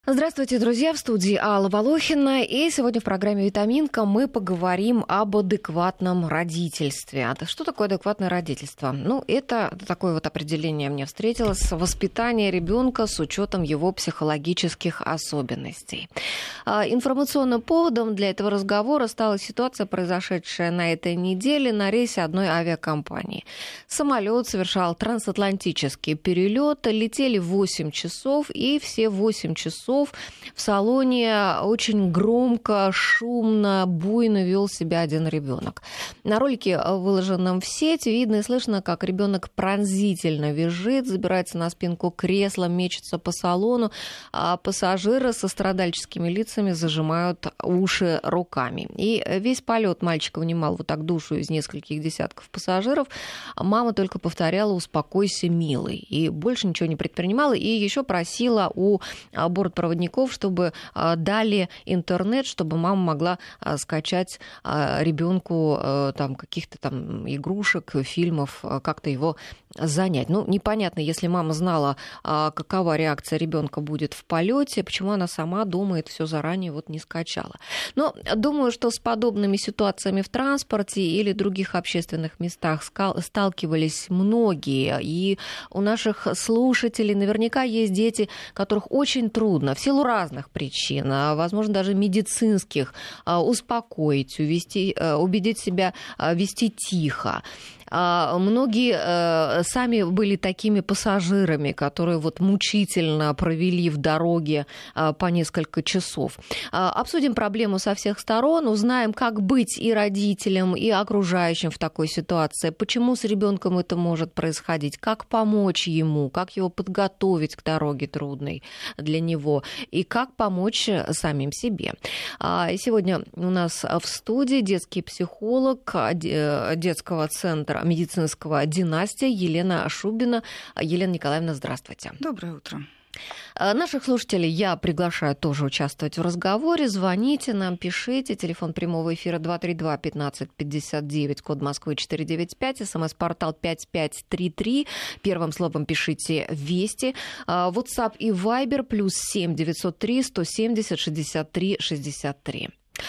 Здравствуйте, друзья, в студии Алла Волохина. И сегодня в программе «Витаминка» мы поговорим об адекватном родительстве. А что такое адекватное родительство? Это такое вот определение мне встретилось: воспитание ребенка с учетом его психологических особенностей. Информационным поводом для этого разговора стала ситуация, произошедшая на этой неделе на рейсе одной авиакомпании. Самолет совершал трансатлантический перелет, летели 8 часов, и все 8 часов в салоне очень громко, шумно, буйно вел себя один ребенок. На ролике, выложенном в сеть, видно и слышно, как ребенок пронзительно визжит, забирается на спинку кресла, мечется по салону, а пассажиры со страдальческими лицами зажимают уши руками. И весь полет мальчик вынимал вот так душу из нескольких десятков пассажиров. Мама только повторяла: «Успокойся, милый», и больше ничего не предпринимала, и еще просила у бортпроводников, чтобы дали интернет, чтобы мама могла скачать ребенку там каких-то там игрушек, фильмов, как-то его занять. Непонятно, если мама знала, какова реакция ребенка будет в полете, почему она сама думает, все заранее вот не скачала. Но думаю, что с подобными ситуациями в транспорте или других общественных местах сталкивались многие, и у наших слушателей наверняка есть дети, которых очень трудно в силу разных причин, возможно, даже медицинских, успокоить, убедить себя вести тихо. Многие сами были такими пассажирами, которые вот мучительно провели в дороге по несколько часов. Обсудим проблему со всех сторон, узнаем, как быть и родителям, и окружающим в такой ситуации, почему с ребенком это может происходить, как помочь ему, как его подготовить к дороге трудной для него, и как помочь самим себе. Сегодня у нас в студии детский психолог детского центра медицинского «Династия» Елена Шубина. Елена Николаевна, здравствуйте. Доброе утро. Наших слушателей я приглашаю тоже участвовать в разговоре. Звоните нам, пишите. Телефон прямого эфира 232-1559, код Москвы 495, СМС-портал 5533. Первым словом пишите «Вести». WhatsApp и Viber +7 903 170 63 63.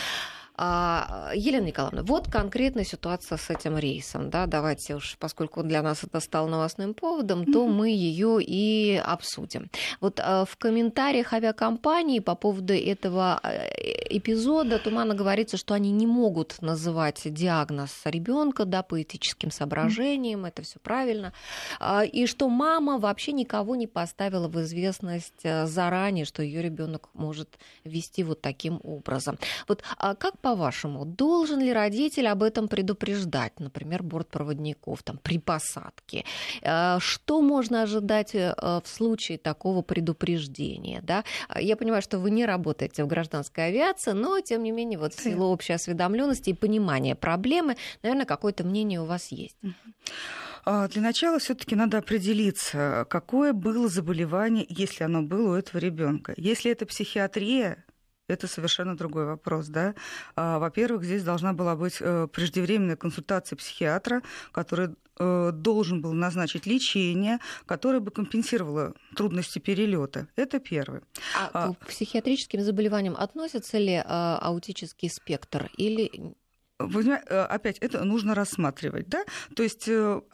Елена Николаевна, вот конкретная ситуация с этим рейсом. Да? Давайте уж, поскольку для нас это стало новостным поводом, то мы ее и обсудим. Вот в комментариях авиакомпании по поводу этого эпизода туманно говорится, что они не могут называть диагноз ребенка, да, по этическим соображениям, это все правильно, и что мама вообще никого не поставила в известность заранее, что ее ребенок может вести вот таким образом. Вот как по-вашему, должен ли родитель об этом предупреждать, например, бортпроводников при посадке? Что можно ожидать в случае такого предупреждения? Да? Я понимаю, что вы не работаете в гражданской авиации, но, тем не менее, вот в силу общей осведомленности и понимания проблемы, наверное, какое-то мнение у вас есть. Для начала все-таки надо определиться, какое было заболевание, если оно было у этого ребенка. Если это психиатрия, это совершенно другой вопрос, да. Во-первых, здесь должна была быть преждевременная консультация психиатра, который должен был назначить лечение, которое бы компенсировало трудности перелета. Это первое. К психиатрическим заболеваниям относится ли аутический спектр или... Опять это нужно рассматривать, да? То есть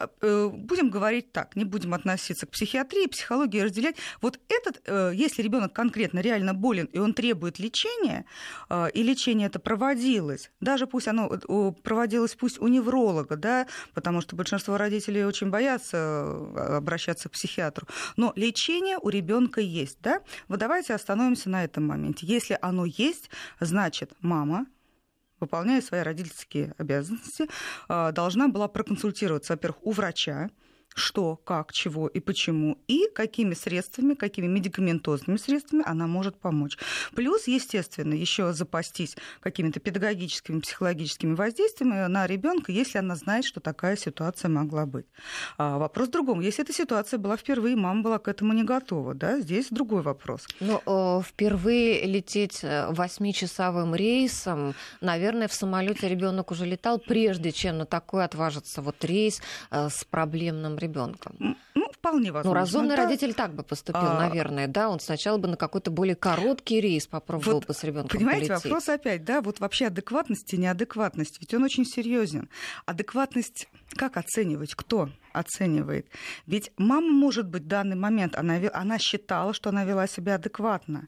будем говорить так, не будем относиться к психиатрии, психологии разделять. Вот этот, если ребенок конкретно реально болен и он требует лечения, и лечение это проводилось, даже пусть оно проводилось пусть у невролога, да, потому что большинство родителей очень боятся обращаться к психиатру, но лечение у ребенка есть, да? Вот давайте остановимся на этом моменте. Если оно есть, значит, мама, выполняя свои родительские обязанности, должна была проконсультироваться, во-первых, у врача, что, как, чего и почему, и какими средствами, какими медикаментозными средствами она может помочь. Плюс, естественно, еще запастись какими-то педагогическими, психологическими воздействиями на ребенка, если она знает, что такая ситуация могла быть. Вопрос в другом. Если эта ситуация была впервые, мама была к этому не готова, да, здесь другой вопрос. Но впервые лететь 8-часовым рейсом, наверное, в самолете ребенок уже летал, прежде чем на такой отважится вот рейс с проблемным ребенком. ребенком. Ну, вполне возможно. Ну, разумный родитель так бы поступил, наверное, да? Он сначала бы на какой-то более короткий рейс попробовал бы с ребенком понимаете, полететь. вопрос опять, да, вот вообще адекватность и неадекватность, ведь он очень серьезен. Адекватность как оценивать? Кто оценивает? Ведь мама, может быть, в данный момент, она считала, что она вела себя адекватно.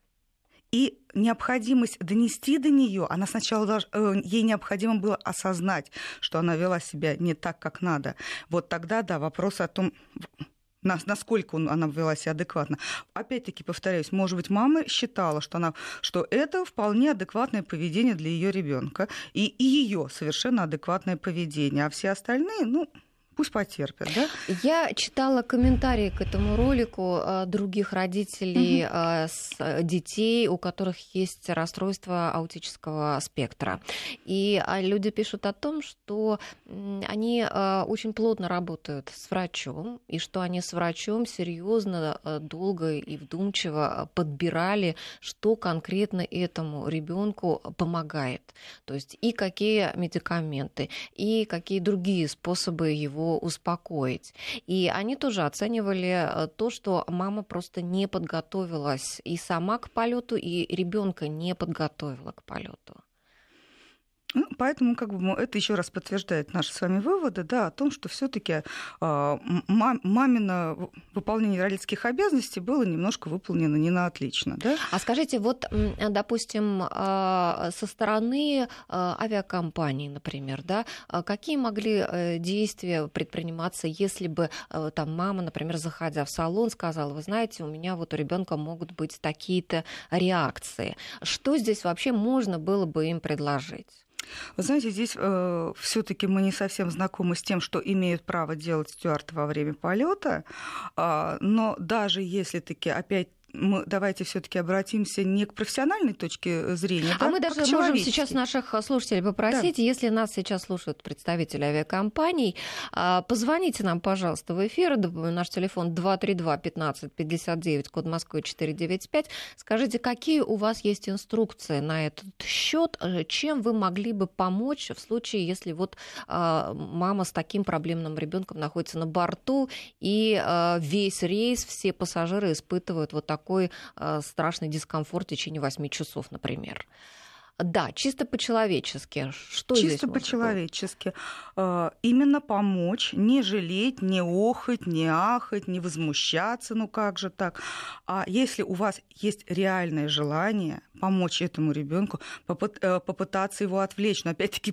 И необходимость донести до нее, она сначала ей необходимо было осознать, что она вела себя не так, как надо. Вот тогда, да, вопрос о том, насколько она вела себя адекватно. Опять-таки, повторяюсь, может быть, мама считала, что это вполне адекватное поведение для ее ребенка и ее совершенно адекватное поведение, а все остальные, пусть потерпят, да? Я читала комментарии к этому ролику других родителей с детей, у которых есть расстройство аутического спектра. И люди пишут о том, что они очень плотно работают с врачом, и что они с врачом серьезно, долго и вдумчиво подбирали, что конкретно этому ребенку помогает. То есть и какие медикаменты, и какие другие способы его успокоить. И они тоже оценивали то, что мама просто не подготовилась и сама к полету, и ребенка не подготовила к полету. Поэтому это еще раз подтверждает наши с вами выводы, да, о том, что все-таки мамино выполнение родительских обязанностей было немножко выполнено не на отлично. Да? А скажите, вот, допустим, со стороны авиакомпаний, например, да, какие могли действия предприниматься, если бы там мама, например, заходя в салон, сказала: вы знаете, у меня вот у ребенка могут быть такие-то реакции. Что здесь вообще можно было бы им предложить? Вы знаете, здесь все-таки мы не совсем знакомы с тем, что имеют право делать стюарды во время полета, но даже если таки опять давайте все-таки обратимся не к профессиональной точке зрения, а мы даже можем сейчас наших слушателей попросить, если нас сейчас слушают представители авиакомпаний, позвоните нам, пожалуйста, в эфир. Наш телефон 232-1559, код Москвы 495. Скажите, какие у вас есть инструкции на этот счет, чем вы могли бы помочь в случае, если вот мама с таким проблемным ребенком находится на борту, и весь рейс, все пассажиры испытывают вот такой страшный дискомфорт в течение 8 часов, например. Да, чисто по-человечески. Что чисто здесь по-человечески. Именно помочь, не жалеть, не охать, не ахать, не возмущаться, как же так. А если у вас есть реальное желание помочь этому ребенку, попытаться его отвлечь, но опять-таки в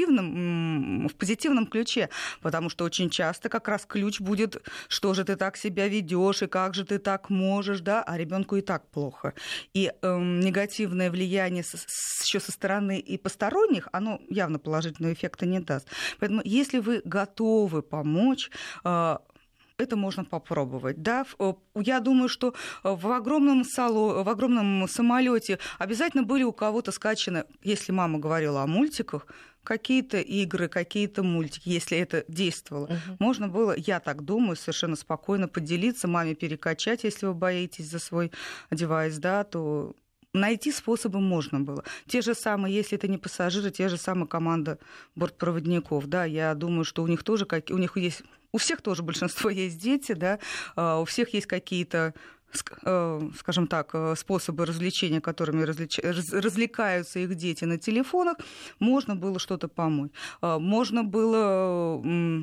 позитивном ключе, потому что очень часто как раз ключ будет: что же ты так себя ведешь и как же ты так можешь, да, а ребенку и так плохо. И негативное влияние еще со стороны и посторонних, оно явно положительного эффекта не даст. Поэтому если вы готовы помочь, это можно попробовать. Да? Я думаю, что в огромном самолете обязательно были у кого-то скачаны, если мама говорила о мультиках, какие-то игры, какие-то мультики, если это действовало. Можно было, я так думаю, совершенно спокойно поделиться, маме перекачать, если вы боитесь за свой девайс, да, то найти способы можно было. Те же самые, если это не пассажиры, те же самые команда бортпроводников. Да, я думаю, что у них тоже у всех тоже большинство есть дети, да, у всех есть какие-то, скажем так, способы развлечения, которыми развлекаются их дети на телефонах. Можно было что-то помочь. Можно было...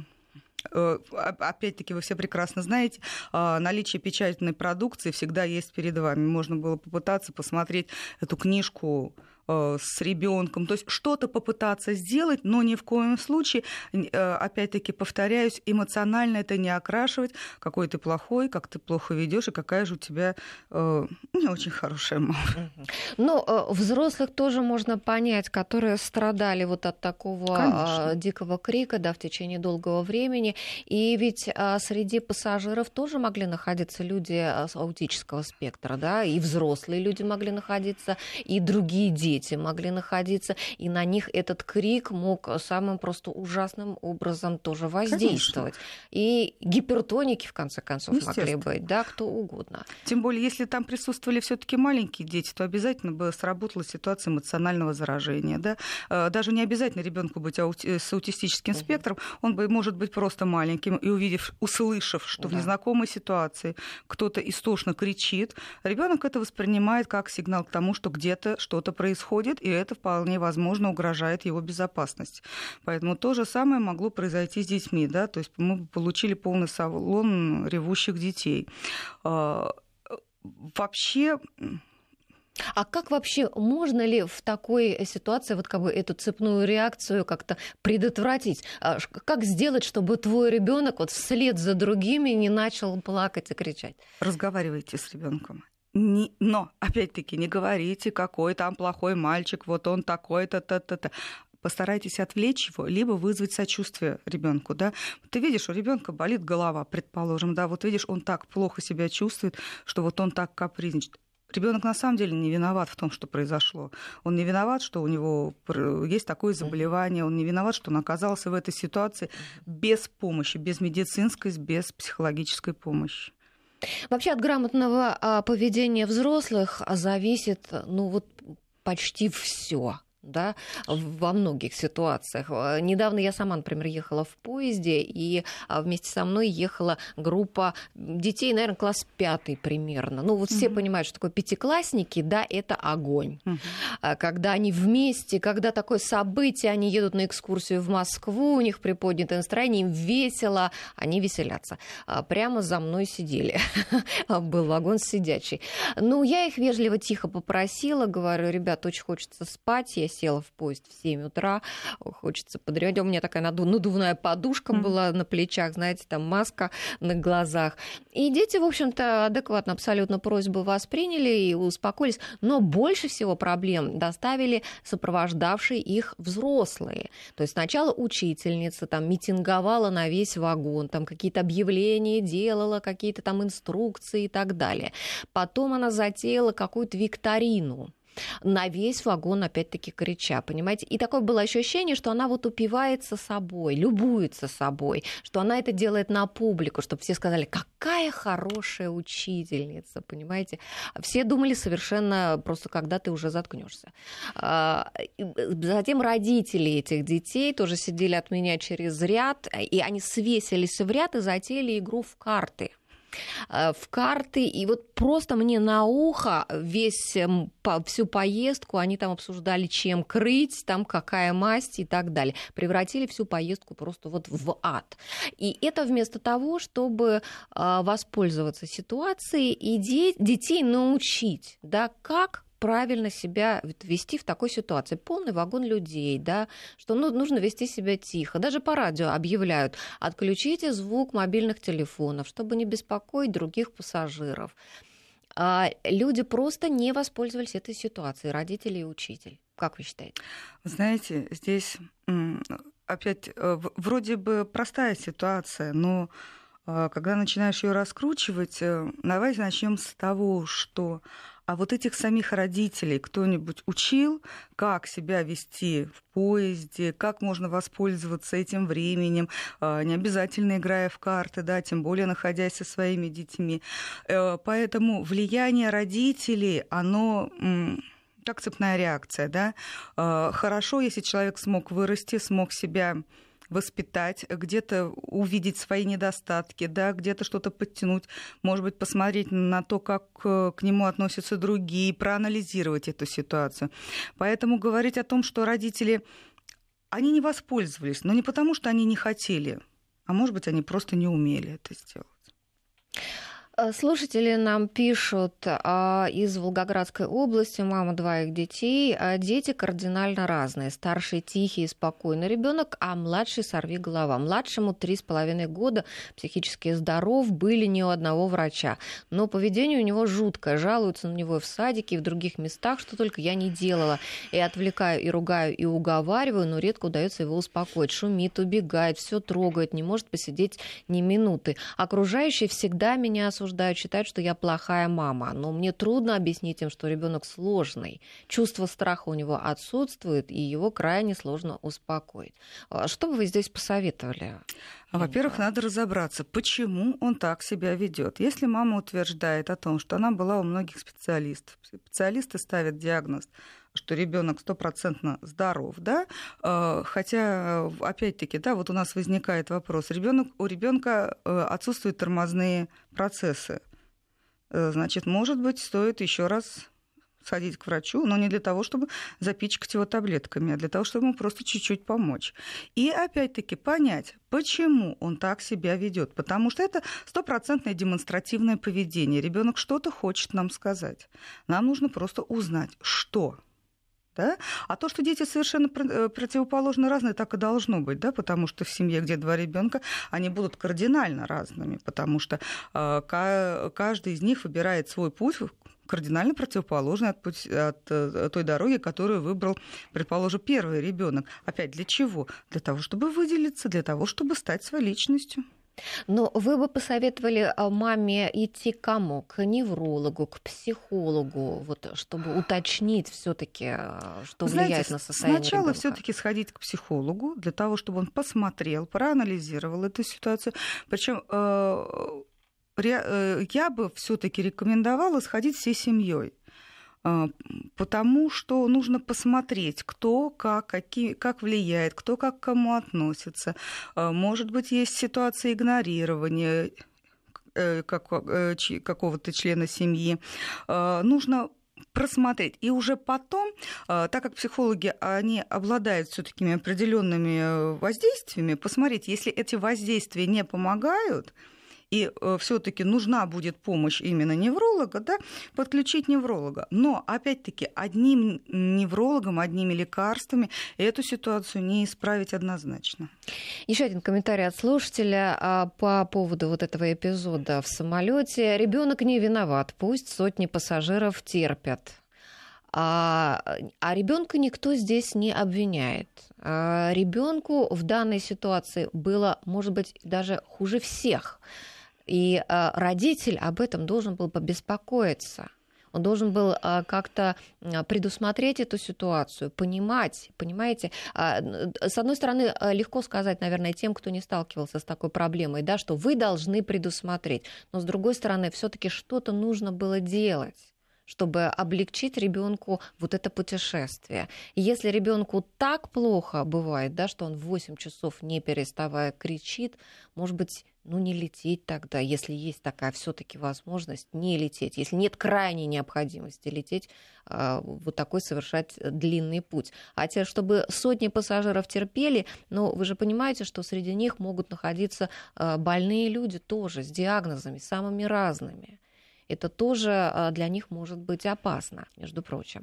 Опять-таки, вы все прекрасно знаете, наличие печатной продукции всегда есть перед вами. Можно было попытаться посмотреть эту книжку с ребенком, то есть что-то попытаться сделать, но ни в коем случае, опять-таки повторяюсь, эмоционально это не окрашивать, какой ты плохой, как ты плохо ведешь и какая же у тебя не очень хорошая мама. Но взрослых тоже можно понять, которые страдали вот от такого дикого крика, да, в течение долгого времени, и ведь среди пассажиров тоже могли находиться люди с аутического спектра, да, и взрослые люди могли находиться, и другие дети. дети могли находиться, и на них этот крик мог самым просто ужасным образом тоже воздействовать. Конечно. И гипертоники, в конце концов, могли быть, да, кто угодно. Тем более, если там присутствовали все-таки маленькие дети, то обязательно бы сработала ситуация эмоционального заражения. Да? Даже не обязательно ребенку быть с аутистическим спектром, он может быть просто маленьким, и услышав, что в незнакомой ситуации кто-то истошно кричит, ребенок это воспринимает как сигнал к тому, что где-то что-то происходит, и это вполне возможно угрожает его безопасности. Поэтому то же самое могло произойти с детьми, да? То есть мы получили полный салон ревущих детей. Вообще... А как вообще, можно ли в такой ситуации вот как бы эту цепную реакцию как-то предотвратить? Как сделать, чтобы твой ребенок вот вслед за другими не начал плакать и кричать? Разговаривайте с ребенком. Но, опять-таки, не говорите, какой там плохой мальчик, вот он такой-то, та-та-та. Постарайтесь отвлечь его, либо вызвать сочувствие ребенку. Да? Ты видишь, у ребенка болит голова, предположим, да, вот видишь, он так плохо себя чувствует, что вот он так капризничает. Ребенок на самом деле не виноват в том, что произошло. Он не виноват, что у него есть такое заболевание, он не виноват, что он оказался в этой ситуации без помощи, без медицинской, без психологической помощи. Вообще от грамотного поведения взрослых зависит, почти все. Да, во многих ситуациях. Недавно я сама, например, ехала в поезде, и вместе со мной ехала группа детей, наверное, класс 5 примерно. Все понимают, что такое пятиклассники, да, это огонь. Когда они вместе, когда такое событие, они едут на экскурсию в Москву, у них приподнятое настроение, им весело, они веселятся. Прямо за мной сидели. Был вагон сидячий. Я их вежливо, тихо попросила, говорю, ребят, очень хочется спать, я села в поезд в 7 утра, хочется подремать. У меня такая надувная подушка была на плечах, знаете, там маска на глазах. И дети, в общем-то, адекватно абсолютно просьбу восприняли и успокоились. Но больше всего проблем доставили сопровождавшие их взрослые. То есть сначала учительница там митинговала на весь вагон, там какие-то объявления делала, какие-то там инструкции и так далее. Потом она затеяла какую-то викторину. На весь вагон, опять-таки, крича, понимаете? И такое было ощущение, что она вот упивается собой, любуется собой, что она это делает на публику, чтобы все сказали, какая хорошая учительница, понимаете? Все думали совершенно просто, когда ты уже заткнешься. Затем родители этих детей тоже сидели от меня через ряд, и они свесились в ряд и затеяли игру в карты. И вот просто мне на ухо всю поездку они там обсуждали, чем крыть, там какая масть и так далее. Превратили всю поездку просто вот в ад. И это вместо того, чтобы воспользоваться ситуацией и детей научить, да, как правильно себя вести в такой ситуации. Полный вагон людей, да, что нужно вести себя тихо. Даже по радио объявляют, отключите звук мобильных телефонов, чтобы не беспокоить других пассажиров. Люди просто не воспользовались этой ситуацией, родители и учитель. Как вы считаете? Вы знаете, здесь опять вроде бы простая ситуация, но когда начинаешь ее раскручивать, давайте начнем с того, что а вот этих самих родителей кто-нибудь учил, как себя вести в поезде, как можно воспользоваться этим временем, не обязательно играя в карты, да, тем более находясь со своими детьми. Поэтому влияние родителей, оно как цепная реакция, да. Хорошо, если человек смог вырасти, смог себя воспитать, где-то увидеть свои недостатки, да, где-то что-то подтянуть, может быть, посмотреть на то, как к нему относятся другие, проанализировать эту ситуацию. Поэтому говорить о том, что родители, они не воспользовались, но не потому, что они не хотели, а может быть, они просто не умели это сделать. Слушатели нам пишут из Волгоградской области, мама двоих детей, дети кардинально разные. Старший тихий и спокойный ребенок, а младший сорвиголова. Младшему 3,5 года, психически здоров, были не у одного врача. Но поведение у него жуткое, жалуются на него и в садике, и в других местах, что только я не делала. И отвлекаю, и ругаю, и уговариваю, но редко удается его успокоить. Шумит, убегает, все трогает, не может посидеть ни минуты. Окружающие всегда меня осуждают. осуждают, считают, что я плохая мама. Но мне трудно объяснить им, что ребенок сложный. Чувство страха у него отсутствует, и его крайне сложно успокоить. Что бы вы здесь посоветовали? Во-первых, надо разобраться, почему он так себя ведет. Если мама утверждает о том, что она была у многих специалистов, специалисты ставят диагноз, что ребенок стопроцентно здоров, да, хотя, опять-таки, да, вот у нас возникает вопрос, у ребенка отсутствуют тормозные процессы, значит, может быть, стоит еще раз сходить к врачу, но не для того, чтобы запичкать его таблетками, а для того, чтобы ему просто чуть-чуть помочь. И опять-таки понять, почему он так себя ведет, потому что это стопроцентное демонстративное поведение. Ребенок что-то хочет нам сказать. Нам нужно просто узнать, что. Да? А то, что дети совершенно противоположно разные, так и должно быть, да? Потому что в семье, где два ребенка, они будут кардинально разными, потому что каждый из них выбирает свой путь, кардинально противоположный от той дороги, которую выбрал, предположим, первый ребенок. Опять для чего? Для того, чтобы выделиться, для того, чтобы стать своей личностью. Но вы бы посоветовали маме идти к кому? К неврологу, к психологу, вот, чтобы уточнить все-таки, что влияет на состояние сначала ребенка? все-таки сходить к психологу для того, чтобы он посмотрел, проанализировал эту ситуацию. Причем я бы все-таки рекомендовала сходить всей семьей. Потому что нужно посмотреть, кто как влияет, кто как к кому относится. Может быть, есть ситуация игнорирования какого-то члена семьи. Нужно просмотреть. И уже потом, так как психологи, они обладают все-таки определенными воздействиями, посмотреть, если эти воздействия не помогают, и все-таки нужна будет помощь именно невролога, да, подключить невролога. Но, опять-таки, одним неврологом, одними лекарствами эту ситуацию не исправить однозначно. Еще один комментарий от слушателя по поводу вот этого эпизода в самолете. Ребенок не виноват, пусть сотни пассажиров терпят. А ребенка никто здесь не обвиняет. Ребенку в данной ситуации было, может быть, даже хуже всех. И родитель об этом должен был побеспокоиться. Он должен был как-то предусмотреть эту ситуацию, понимать, понимаете. С одной стороны, легко сказать, наверное, тем, кто не сталкивался с такой проблемой, да, что вы должны предусмотреть. Но с другой стороны, все-таки что-то нужно было делать, чтобы облегчить ребенку вот это путешествие. И если ребенку так плохо бывает, да, что он 8 часов не переставая кричит, может быть, не лететь тогда, если есть такая все-таки возможность, не лететь, если нет крайней необходимости лететь, вот такой совершать длинный путь. А те, чтобы сотни пассажиров терпели, вы же понимаете, что среди них могут находиться больные люди тоже с диагнозами самыми разными. Это тоже для них может быть опасно, между прочим.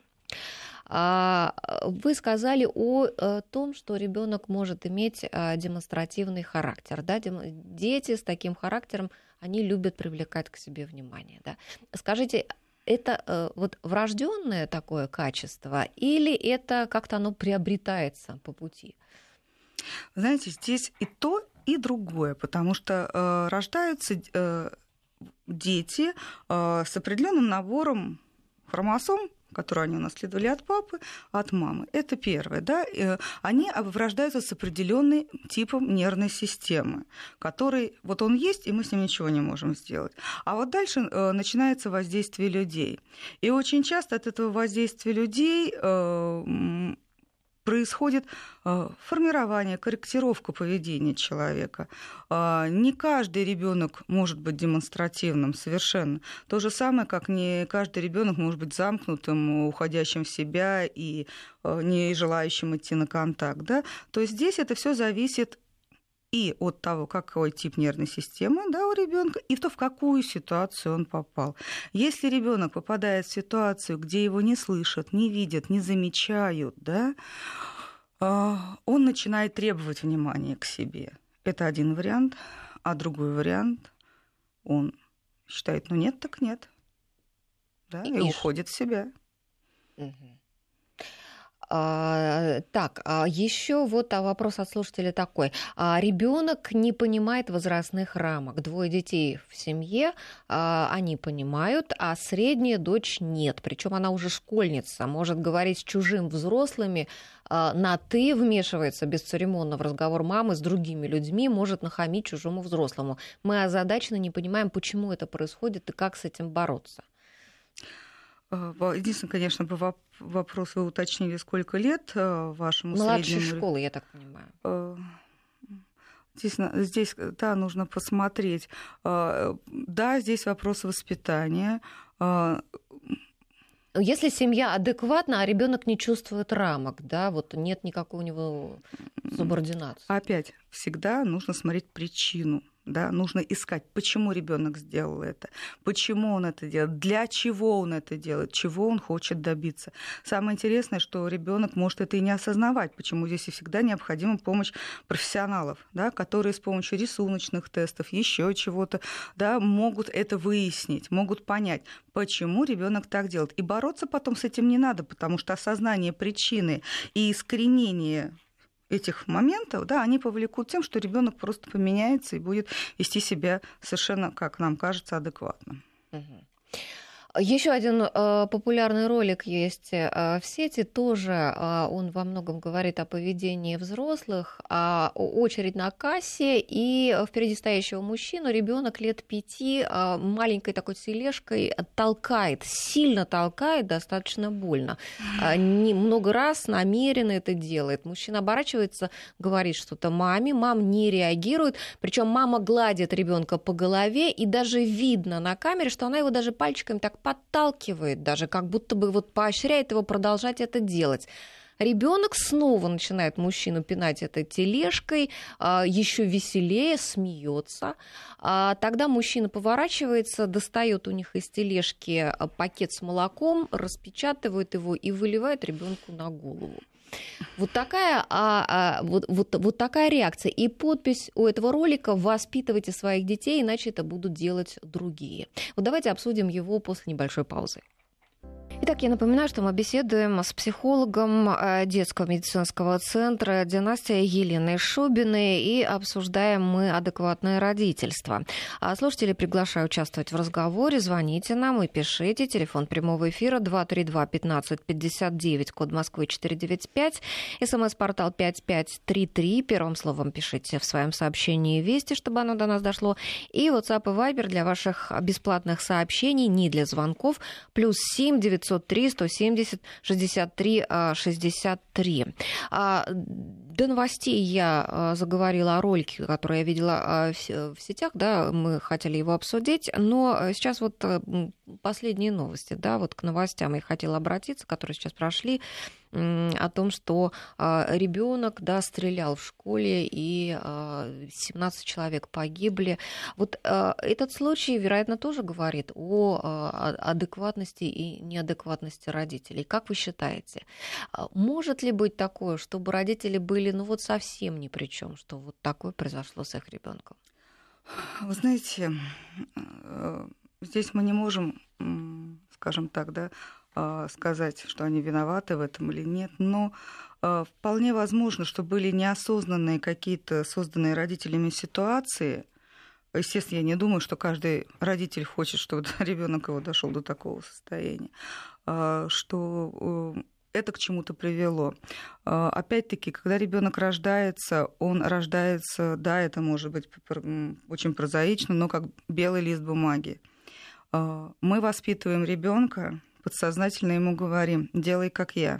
Вы сказали о том, что ребенок может иметь демонстративный характер. Да? Дети с таким характером, они любят привлекать к себе внимание. Да? Скажите, это вот врожденное такое качество или это как-то оно приобретается по пути? Знаете, здесь и то, и другое, потому что рождаются дети с определенным набором хромосом, которые они унаследовали от папы, от мамы. Это первое. Да? Они рождаются с определенным типом нервной системы, который вот он есть, и мы с ним ничего не можем сделать. А вот дальше начинается воздействие людей. И очень часто от этого воздействия людей происходит формирование, корректировка поведения человека. Не каждый ребенок может быть демонстративным совершенно. То же самое, как не каждый ребенок может быть замкнутым, уходящим в себя и не желающим идти на контакт. Да? То есть здесь это все зависит и от того, какой тип нервной системы, да, у ребенка, и то, в какую ситуацию он попал. Если ребенок попадает в ситуацию, где его не слышат, не видят, не замечают, да, он начинает требовать внимания к себе. Это один вариант, а другой вариант, он считает, нет, так нет, да, и уходит в себя. Так, еще вот вопрос от слушателя такой. Ребенок не понимает возрастных рамок. 2 детей в семье, они понимают, а средняя дочь нет. Причем она уже школьница, может говорить с чужим взрослыми, на «ты», вмешивается бесцеремонно в разговор мамы с другими людьми, может нахамить чужому взрослому. Мы озадаченно не понимаем, почему это происходит и как с этим бороться. Единственное, конечно, вопрос вы уточнили, сколько лет вашему Младшей среднему... школы, я так понимаю. Здесь, да, нужно посмотреть. Да, здесь вопрос воспитания. Если семья адекватна, а ребенок не чувствует рамок, да, вот нет никакой у него субординации. Опять, всегда нужно смотреть причину. Да, нужно искать, почему ребенок сделал это, почему он это делает, для чего он это делает, чего он хочет добиться. Самое интересное, что ребенок может это и не осознавать, почему здесь и всегда необходима помощь профессионалов, да, которые с помощью рисуночных тестов, еще чего-то, да, могут это выяснить, могут понять, почему ребенок так делает. И бороться потом с этим не надо, потому что осознание причины и искоренение этих моментов, да, они повлекут тем, что ребенок просто поменяется и будет вести себя совершенно, как нам кажется, адекватно. Еще один популярный ролик есть в сети, тоже он во многом говорит о поведении взрослых, очередь на кассе, и впереди стоящего мужчину ребенок лет 5 маленькой такой тележкой толкает, сильно толкает, достаточно больно. Много раз намеренно это делает. Мужчина оборачивается, говорит что-то маме, мама не реагирует, причем мама гладит ребенка по голове, и даже видно на камере, что она его даже пальчиками так подталкивает, даже как будто бы вот поощряет его продолжать это делать. Ребенок снова начинает мужчину пинать этой тележкой, еще веселее, смеется. Тогда мужчина поворачивается, достает у них из тележки пакет с молоком, распечатывает его и выливает ребенку на голову. Вот такая реакция. И подпись у этого ролика: «Воспитывайте своих детей, иначе это будут делать другие». Вот давайте обсудим его после небольшой паузы. Итак, я напоминаю, что мы беседуем с психологом детского медицинского центра «Династия» Еленой Шубиной, и обсуждаем мы адекватное родительство. Слушатели приглашаю участвовать в разговоре. Звоните нам и пишите. Телефон прямого эфира 232-1559, код Москвы 495. СМС-портал 5533. Первым словом пишите в своем сообщении «Вести», чтобы оно до нас дошло. И WhatsApp и Viber для ваших бесплатных сообщений, не для звонков, +7 903 170 63 63. До новостей я заговорила о ролике, который я видела в сетях, да, мы хотели его обсудить, но сейчас вот последние новости, да, вот к новостям я хотела обратиться, которые сейчас прошли, о том, что ребенок, да, стрелял в школе, и 17 человек погибли. Вот этот случай, вероятно, тоже говорит о адекватности и неадекватности родителей. Как вы считаете, может ли быть такое, чтобы родители были, ну вот, совсем ни при чем, что вот такое произошло с их ребенком? Вы знаете, здесь мы не можем, скажем так, да, сказать, что они виноваты в этом или нет, но вполне возможно, что были неосознанные какие-то созданные родителями ситуации. Естественно, я не думаю, что каждый родитель хочет, чтобы ребенок его дошел до такого состояния, что это к чему-то привело. Опять-таки, когда ребенок рождается, он рождается, да, это может быть очень прозаично, но как белый лист бумаги. Мы воспитываем ребенка, подсознательно ему говорим: делай как я.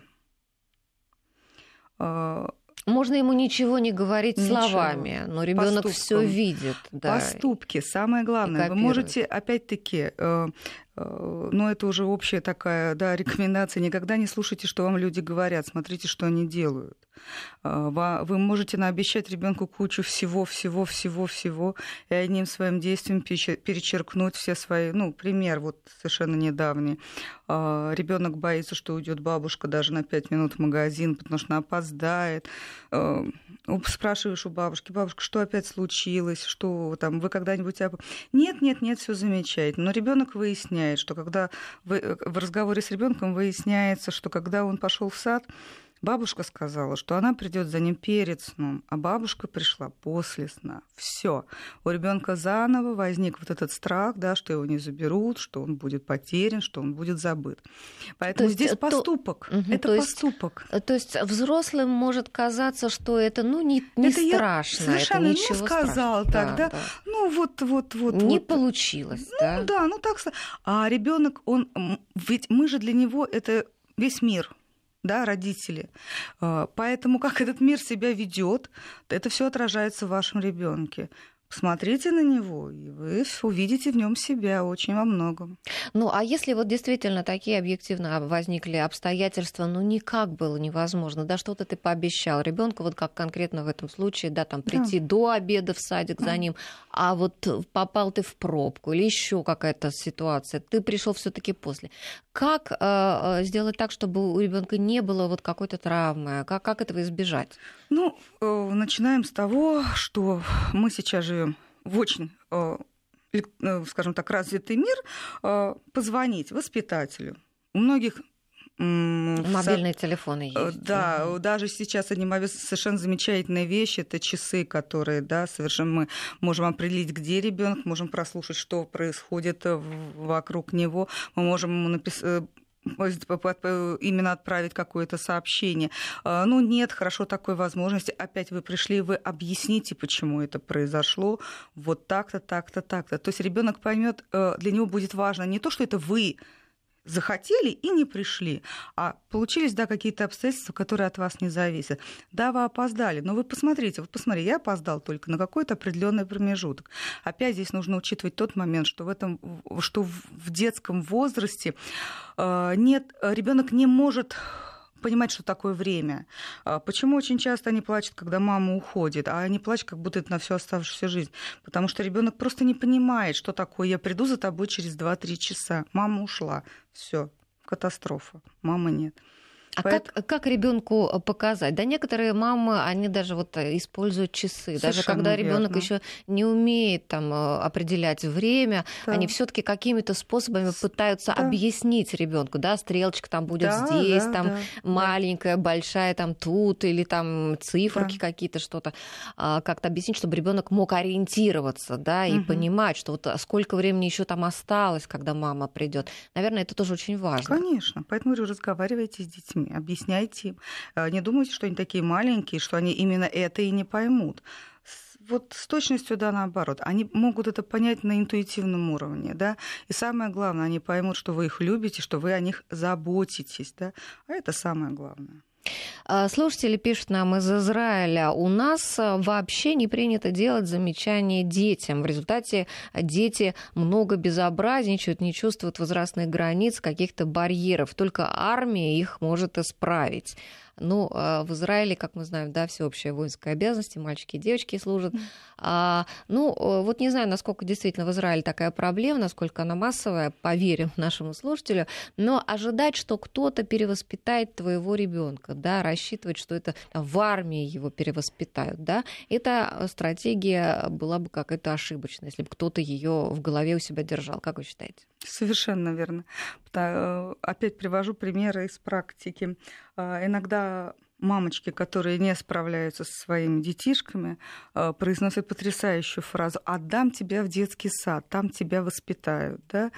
Можно ему ничего не говорить словами, но ребенок все видит. Да, поступки, самое главное. Вы можете, опять-таки, но это уже общая такая, да, рекомендация: никогда не слушайте, что вам люди говорят, смотрите, что они делают. Вы можете наобещать ребенку кучу всего, и одним своим действием перечеркнуть все свои, пример вот совершенно недавний. Ребенок боится, что уйдет бабушка даже на 5 минут в магазин, потому что она опоздает. Спрашиваешь у бабушки: бабушка, что опять случилось? Что там, вы когда-нибудь... Нет, все замечательно. Но ребенок выясняет, что когда в разговоре с ребенком выясняется, что когда он пошел в сад, Бабушка сказала, что она придет за ним перед сном, а бабушка пришла после сна. Все. У ребенка заново возник вот этот страх, да, что его не заберут, что он будет потерян, что он будет забыт. Поэтому здесь поступок. Это поступок. То есть взрослым может казаться, что это не это страшно. Совершенно это ничего сказал страшного. так, да. Ну вот. Не получилось, да? Да, так. А ребенок, ведь мы же для него это весь мир. Да, родители. Поэтому как этот мир себя ведет, это все отражается в вашем ребенке. Посмотрите на него, и вы увидите в нем себя очень во многом. Ну, а если вот действительно такие объективно возникли обстоятельства, никак было невозможно, да, что-то ты пообещал ребенку, вот как конкретно в этом случае, да, там прийти до обеда в садик за ним, а вот попал ты в пробку или еще какая-то ситуация, ты пришел все-таки после. Как сделать так, чтобы у ребенка не было вот какой-то травмы? Как этого избежать? Ну, начинаем с того, что мы сейчас живем в очень, скажем так, развитый мир. Позвонить воспитателю. У многих мобильные телефоны есть. Да, даже сейчас одни совершенно замечательные вещи. Это часы, которые, да, совершенно мы можем определить, где ребенок, можем прослушать, что происходит вокруг него. Мы можем ему написать, именно отправить какое-то сообщение. Нет, хорошо такой возможности. Опять вы пришли, вы объясните, почему это произошло. Вот так-то, так-то, так-то. То есть ребенок поймет, для него будет важно не то, что это вы захотели и не пришли, а получились, да, какие-то обстоятельства, которые от вас не зависят. Да, вы опоздали, но вы посмотрите, я опоздал только на какой-то определенный промежуток. Опять здесь нужно учитывать тот момент, что в детском возрасте ребенок не может понимать, что такое время. Почему очень часто они плачут, когда мама уходит, а они плачут, как будто это на всю оставшуюся жизнь? Потому что ребенок просто не понимает, что такое «я приду за тобой через 2-3 часа». Мама ушла. Все, катастрофа. Мамы нет. А как ребенку показать? Да, некоторые мамы, они даже используют часы. Совершенно даже когда ребенок еще не умеет там определять время, да, они все-таки какими-то способами пытаются объяснить ребенку, да, стрелочка там будет здесь, маленькая, большая там тут, или там циферки какие-то, что-то. Как-то объяснить, чтобы ребенок мог ориентироваться, да, и понимать, что сколько времени еще там осталось, когда мама придет. Наверное, это тоже очень важно. Конечно. Поэтому разговаривайте с детьми. Объясняйте им. Не думайте, что они такие маленькие, что они именно это и не поймут. Вот с точностью, да, наоборот. Они могут это понять на интуитивном уровне, да. И самое главное, они поймут, что вы их любите, что вы о них заботитесь, да. А это самое главное. Слушатели пишут нам из Израиля: у нас вообще не принято делать замечания детям. В результате дети много безобразничают, не чувствуют возрастных границ, каких-то барьеров. Только армия их может исправить. В Израиле, как мы знаем, да, всеобщая воинская обязанность, мальчики и девочки служат. Не знаю, насколько действительно в Израиле такая проблема, насколько она массовая, поверим нашему слушателю, но ожидать, что кто-то перевоспитает твоего ребенка, да, рассчитывать, что это в армии его перевоспитают, да, эта стратегия была бы какая-то ошибочная, если бы кто-то ее в голове у себя держал. Как вы считаете? Совершенно верно. Опять привожу примеры из практики. Иногда мамочки, которые не справляются со своими детишками, произносят потрясающую фразу: «Отдам тебя в детский сад, там тебя воспитают». Да?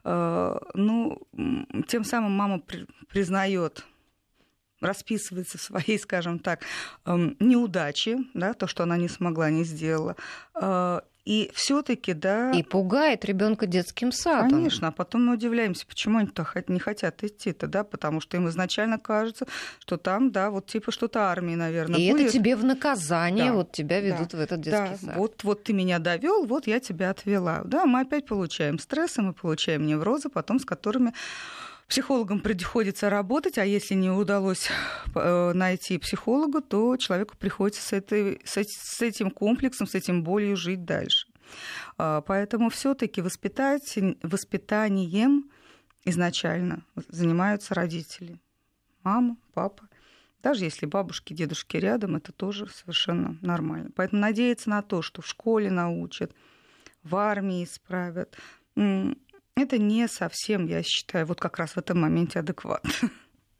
Тем самым мама признает, расписывается в своей, скажем так, неудаче, да, то, что она не смогла, не сделала. И все-таки, да. И пугает ребенка детским садом. Конечно, а потом мы удивляемся, почему они не хотят идти-то, да, потому что им изначально кажется, что там, да, что-то армии, наверное, и будет. Это тебе в наказание, да, тебя ведут в этот детский сад. Вот ты меня довел, вот я тебя отвела. Да, мы опять получаем стрессы, мы получаем неврозы, потом с которыми психологам приходится работать, а если не удалось найти психолога, то человеку приходится с этим комплексом, с этим болью жить дальше. Поэтому все-таки воспитанием изначально занимаются родители. Мама, папа. Даже если бабушки, дедушки рядом, это тоже совершенно нормально. Поэтому надеяться на то, что в школе научат, в армии исправят, это не совсем, я считаю, вот как раз в этом моменте адекватно.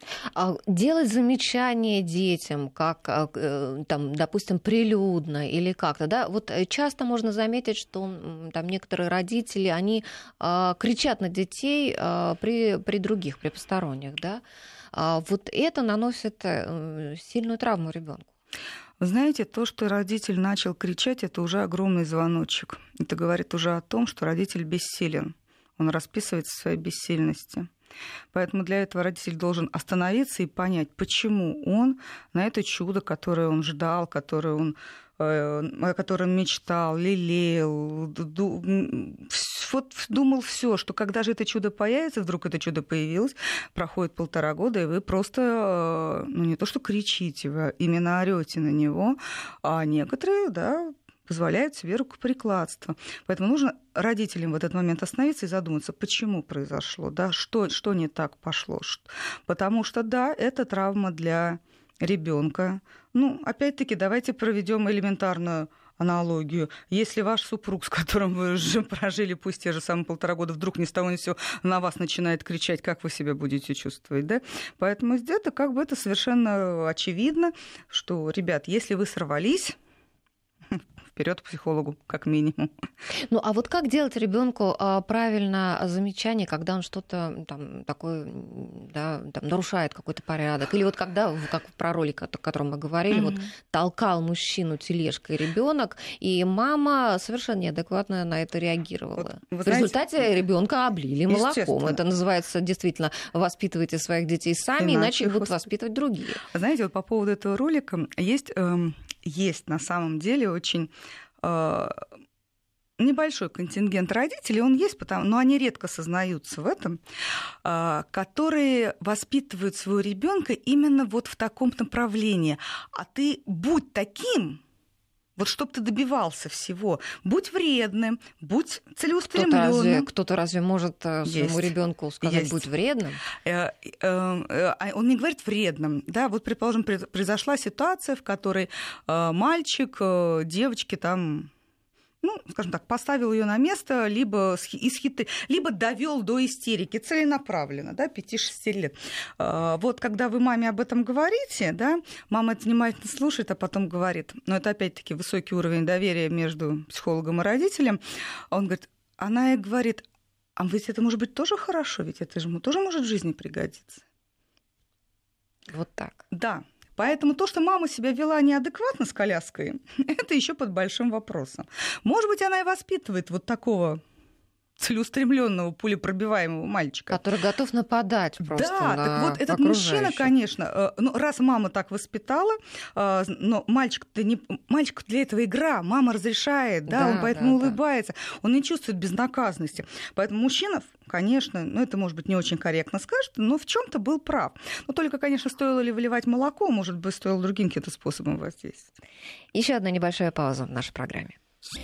Делать замечания детям, как, там, допустим, прилюдно или как-то, да, вот часто можно заметить, что там некоторые родители, они кричат на детей при других, при посторонних, да, вот это наносит сильную травму ребенку. Вы знаете, то, что родитель начал кричать, это уже огромный звоночек. Это говорит уже о том, что родитель бессилен. Он расписывается в своей бессильности. Поэтому для этого родитель должен остановиться и понять, почему он на это чудо, которое он ждал, о котором мечтал, лелеял, вот думал все, что когда же это чудо появится, вдруг это чудо появилось, проходит 1,5 года, и вы просто, не то что кричите, вы именно орете на него, а некоторые, да, позволяет себе рукоприкладство. Поэтому нужно родителям в этот момент остановиться и задуматься, почему произошло, да, что не так пошло. Потому что, да, это травма для ребенка. Опять-таки, давайте проведем элементарную аналогию. Если ваш супруг, с которым вы уже прожили пусть те же самые 1,5 года, вдруг ни с того ни с сего на вас начинает кричать, как вы себя будете чувствовать, да? Поэтому это это совершенно очевидно, что, ребят, если вы сорвались, вперед к психологу, как минимум. А вот как делать ребенку правильно замечание, когда он что-то там такое, да, там, нарушает какой-то порядок? Или вот когда, как про ролик, о котором мы говорили, вот толкал мужчину тележкой ребенок, и мама совершенно неадекватно на это реагировала. В результате ребенка облили молоком. Это называется действительно «воспитывайте своих детей сами, иначе их будут воспитывать другие». Знаете, вот по поводу этого ролика есть на самом деле очень небольшой контингент родителей, он есть, но они редко сознаются в этом, которые воспитывают своего ребенка именно вот в таком направлении. А ты будь таким, вот чтобы ты добивался всего, будь вредным, будь целеустремленным. Кто-то разве может своему ребенку сказать, будь вредным? Он не говорит вредным. Да? Вот, предположим, произошла ситуация, в которой мальчик девочке там, скажем так, поставил ее на место, либо довел до истерики целенаправленно, да, 5-6 лет. Вот когда вы маме об этом говорите, да, мама это внимательно слушает, а потом говорит, но это опять-таки высокий уровень доверия между психологом и родителем, она ей говорит, а ведь это может быть тоже хорошо, ведь это же тоже может в жизни пригодиться. Вот так. Да. Поэтому то, что мама себя вела неадекватно с коляской, это еще под большим вопросом. Может быть, она и воспитывает вот такого целеустремленного, пулепробиваемого мальчика. Который готов нападать просто на так вот этот мужчина, конечно, раз мама так воспитала, но мальчик для этого игра, мама разрешает, да, он поэтому улыбается, он не чувствует безнаказанности. Поэтому мужчина, конечно, это может быть не очень корректно скажет, но в чем-то был прав. Но только, конечно, стоило ли выливать молоко, может быть, стоило другим каким-то способом воздействовать. Еще одна небольшая пауза в нашей программе.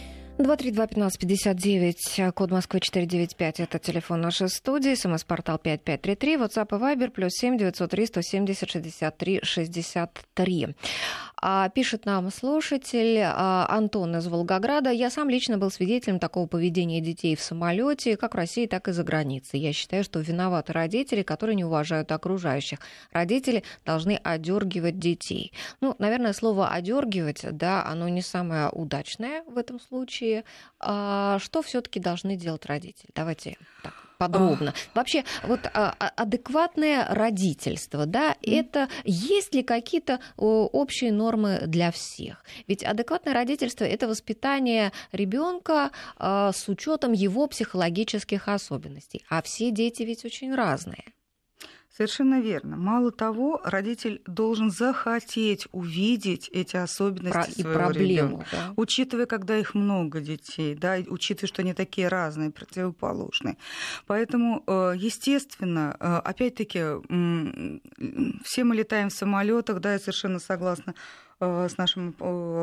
232-1559, код Москвы 495, это телефон нашей студии, СМС-портал 5533, WhatsApp и Viber, +7 903 170 63 63. Пишет нам слушатель Антон из Волгограда. Я сам лично был свидетелем такого поведения детей в самолете, как в России, так и за границей. Я считаю, что виноваты родители, которые не уважают окружающих. Родители должны одергивать детей. Наверное, слово одергивать, да, оно не самое удачное в этом случае. Что все-таки должны делать родители? Давайте так подробно. Вообще, вот адекватное родительство, да, это есть ли какие-то общие нормы для всех? Ведь адекватное родительство — это воспитание ребенка с учетом его психологических особенностей. А все дети ведь очень разные. Совершенно верно. Мало того, родитель должен захотеть увидеть эти особенности своего ребенка, да? Учитывая, когда их много детей, да, учитывая, что они такие разные, противоположные. Поэтому, естественно, опять-таки, все мы летаем в самолетах, да, я совершенно согласна с нашим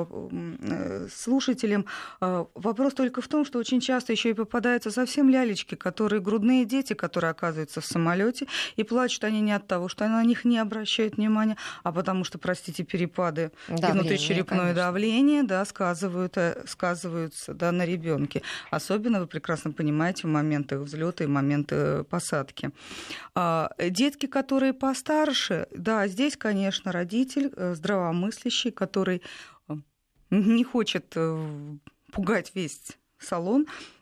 слушателем. Вопрос только в том, что очень часто еще и попадаются совсем лялечки, которые грудные дети, которые оказываются в самолете, и плачут они не от того, что на них не обращают внимания, а потому что, простите, перепады и внутричерепное давление, да, сказываются, да, на ребенке. Особенно, вы прекрасно понимаете, в моменты взлета и моменты посадки. Детки, которые постарше, да, здесь, конечно, родитель здравомыслящий, который не хочет пугать весь салон,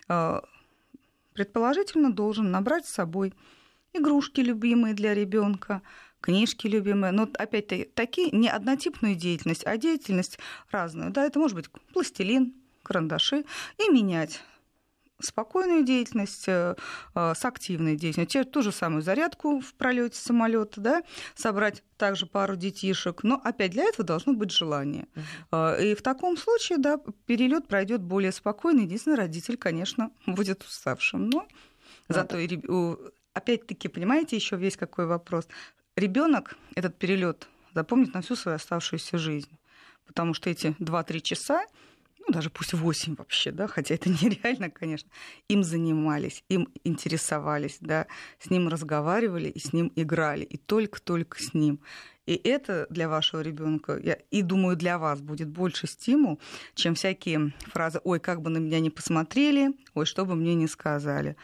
предположительно должен набрать с собой игрушки любимые для ребенка, книжки любимые, но опять-таки не однотипную деятельность, а деятельность разную. Да, это может быть пластилин, карандаши, и менять спокойную деятельность с активной деятельностью. Ту же самую зарядку в пролете самолета, да, собрать также пару детишек, но опять для этого должно быть желание. И в таком случае, да, перелет пройдет более спокойно. Единственный родитель, конечно, будет уставшим. Но зато, опять-таки, понимаете, еще весь какой вопрос. Ребенок этот перелет запомнит на всю свою оставшуюся жизнь, потому что эти 2-3 часа, даже пусть 8 вообще, да, хотя это нереально, конечно, им занимались, им интересовались, да, с ним разговаривали и с ним играли, и только с ним. И это для вашего ребенка, и думаю, для вас будет больше стимул, чем всякие фразы: «Ой, как бы на меня не посмотрели», «Ой, что бы мне не сказали».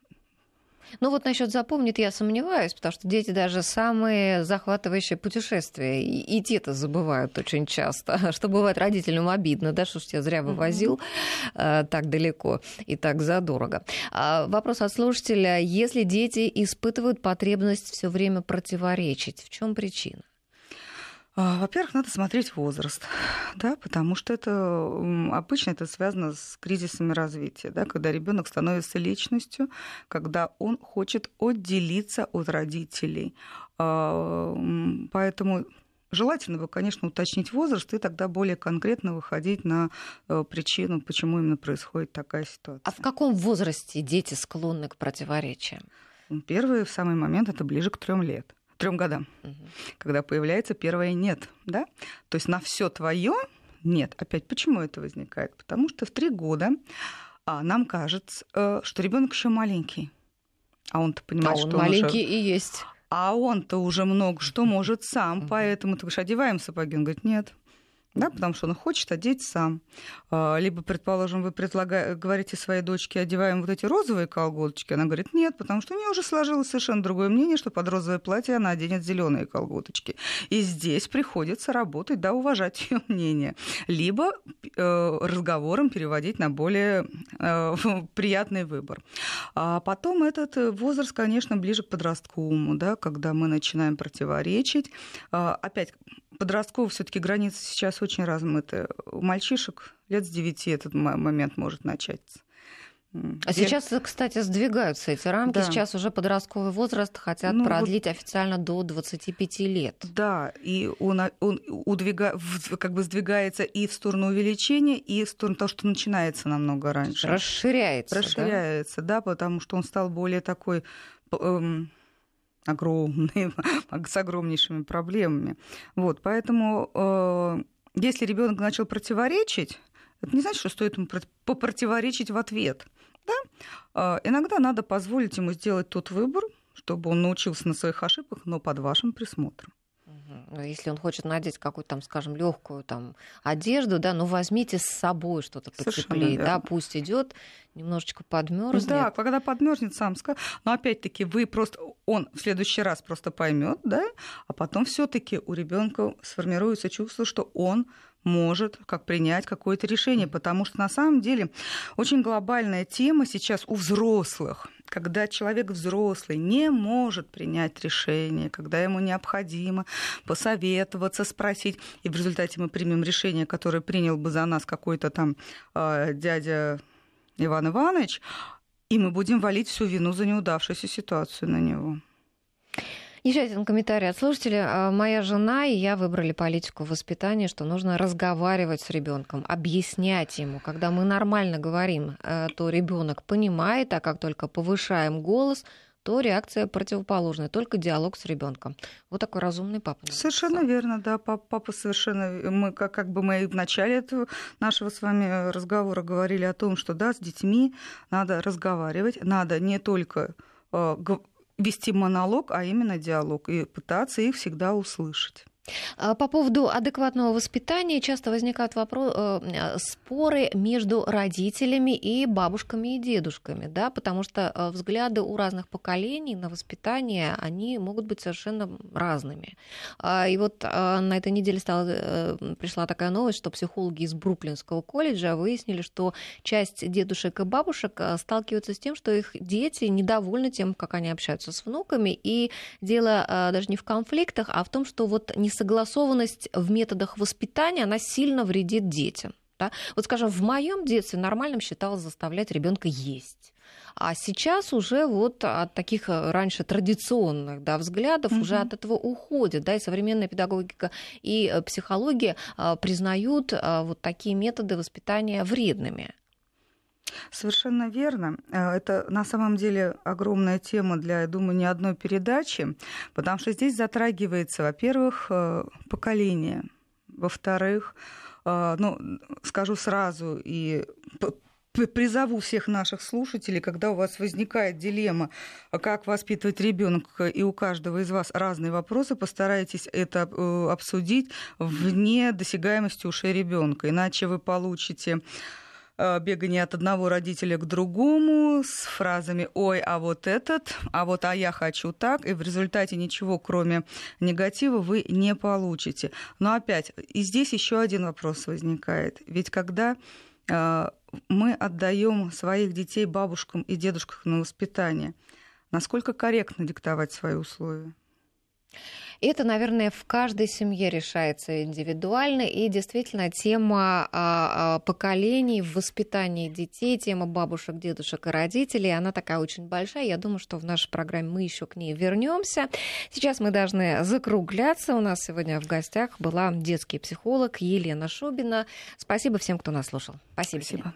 Ну вот насчет запомнит я сомневаюсь, потому что дети даже самые захватывающие путешествия и те-то забывают очень часто, что бывает родителям обидно, да, что ж я зря вывозил так далеко и так задорого. Вопрос от слушателя: если дети испытывают потребность все время противоречить, в чем причина? Во-первых, надо смотреть возраст, да, потому что обычно это связано с кризисами развития, да, когда ребенок становится личностью, когда он хочет отделиться от родителей. Поэтому желательно бы, конечно, уточнить возраст и тогда более конкретно выходить на причину, почему именно происходит такая ситуация. А в каком возрасте дети склонны к противоречиям? Первый самый момент — это ближе к 3 годам, когда появляется первое «нет». Да? То есть на все твое нет. Опять, почему это возникает? Потому что в 3 года нам кажется, что ребенок еще маленький. А он-то понимает, что он маленький уже... и есть. А он-то уже много что может сам. Поэтому ты говоришь: одеваем сапоги. Он говорит: нет. Да, потому что он хочет одеть сам. Либо, предположим, вы говорите своей дочке: одеваем вот эти розовые колготочки. Она говорит: нет, потому что у нее уже сложилось совершенно другое мнение, что под розовое платье она оденет зеленые колготочки. И здесь приходится работать, да, уважать ее мнение. Либо разговором переводить на более приятный выбор. А потом этот возраст, конечно, ближе к подростковому, да, когда мы начинаем противоречить. Опять, подростковые все-таки границы сейчас очень размыты. У мальчишек лет с 9 этот момент может начаться. Сейчас, кстати, сдвигаются эти рамки. Да. Сейчас уже подростковый возраст хотят продлить официально до 25 лет. Да, и он как бы сдвигается и в сторону увеличения, и в сторону того, что начинается намного раньше. Расширяется, да, потому что он стал более такой... огромные, с огромнейшими проблемами. Вот, поэтому если ребенок начал противоречить, это не значит, что стоит ему попротиворечить в ответ. Да? Иногда надо позволить ему сделать тот выбор, чтобы он научился на своих ошибках, но под вашим присмотром. Если он хочет надеть какую-то, там, скажем, легкую одежду, да, ну возьмите с собой что-то потеплее, да, пусть идет, немножечко подмерзнет. Да, когда подмерзнет, сам скажет. Но опять-таки он в следующий раз просто поймет, да, а потом все-таки у ребенка сформируется чувство, что он может принять какое-то решение, потому что на самом деле очень глобальная тема сейчас у взрослых, когда человек взрослый не может принять решение, когда ему необходимо посоветоваться, спросить, и в результате мы примем решение, которое принял бы за нас какой-то там дядя Иван Иванович, и мы будем валить всю вину за неудавшуюся ситуацию на него. Еще один комментарий от слушателя. Моя жена и я выбрали политику воспитания, что нужно разговаривать с ребенком, объяснять ему. Когда мы нормально говорим, то ребенок понимает, а как только повышаем голос, то реакция противоположная, только диалог с ребенком. Вот такой разумный папа. Совершенно верно, да, папа совершенно... Мы мы и в начале этого нашего с вами разговора говорили о том, что да, с детьми надо разговаривать, надо не только вести монолог, а именно диалог, и пытаться их всегда услышать. По поводу адекватного воспитания часто возникают споры между родителями и бабушками и дедушками, да, потому что взгляды у разных поколений на воспитание, они могут быть совершенно разными. И вот на этой неделе пришла такая новость, что психологи из Бруклинского колледжа выяснили, что часть дедушек и бабушек сталкиваются с тем, что их дети недовольны тем, как они общаются с внуками, и дело даже не в конфликтах, а в том, что вот несогласованность в методах воспитания, она сильно вредит детям. Да? Вот, скажем, в моем детстве нормальным считалось заставлять ребенка есть. А сейчас уже вот от таких раньше традиционных, да, взглядов уже от этого уходят. Да, и современная педагогика и психология признают вот такие методы воспитания вредными. Совершенно верно. Это на самом деле огромная тема для, я думаю, не одной передачи, потому что здесь затрагивается, во-первых, поколение, во-вторых, скажу сразу и призову всех наших слушателей, когда у вас возникает дилемма, как воспитывать ребенка, и у каждого из вас разные вопросы, постарайтесь это обсудить вне досягаемости ушей ребенка, иначе вы получите бегание от одного родителя к другому с фразами «Ой, а вот этот», «А я хочу так», и в результате ничего, кроме негатива, вы не получите. Но опять, и здесь еще один вопрос возникает. Ведь когда мы отдаем своих детей бабушкам и дедушкам на воспитание, насколько корректно диктовать свои условия? Это, наверное, в каждой семье решается индивидуально, и действительно тема поколений в воспитании детей, тема бабушек, дедушек и родителей, она такая очень большая. Я думаю, что в нашей программе мы еще к ней вернемся. Сейчас мы должны закругляться. У нас сегодня в гостях была детский психолог Елена Шубина. Спасибо всем, кто нас слушал. Спасибо.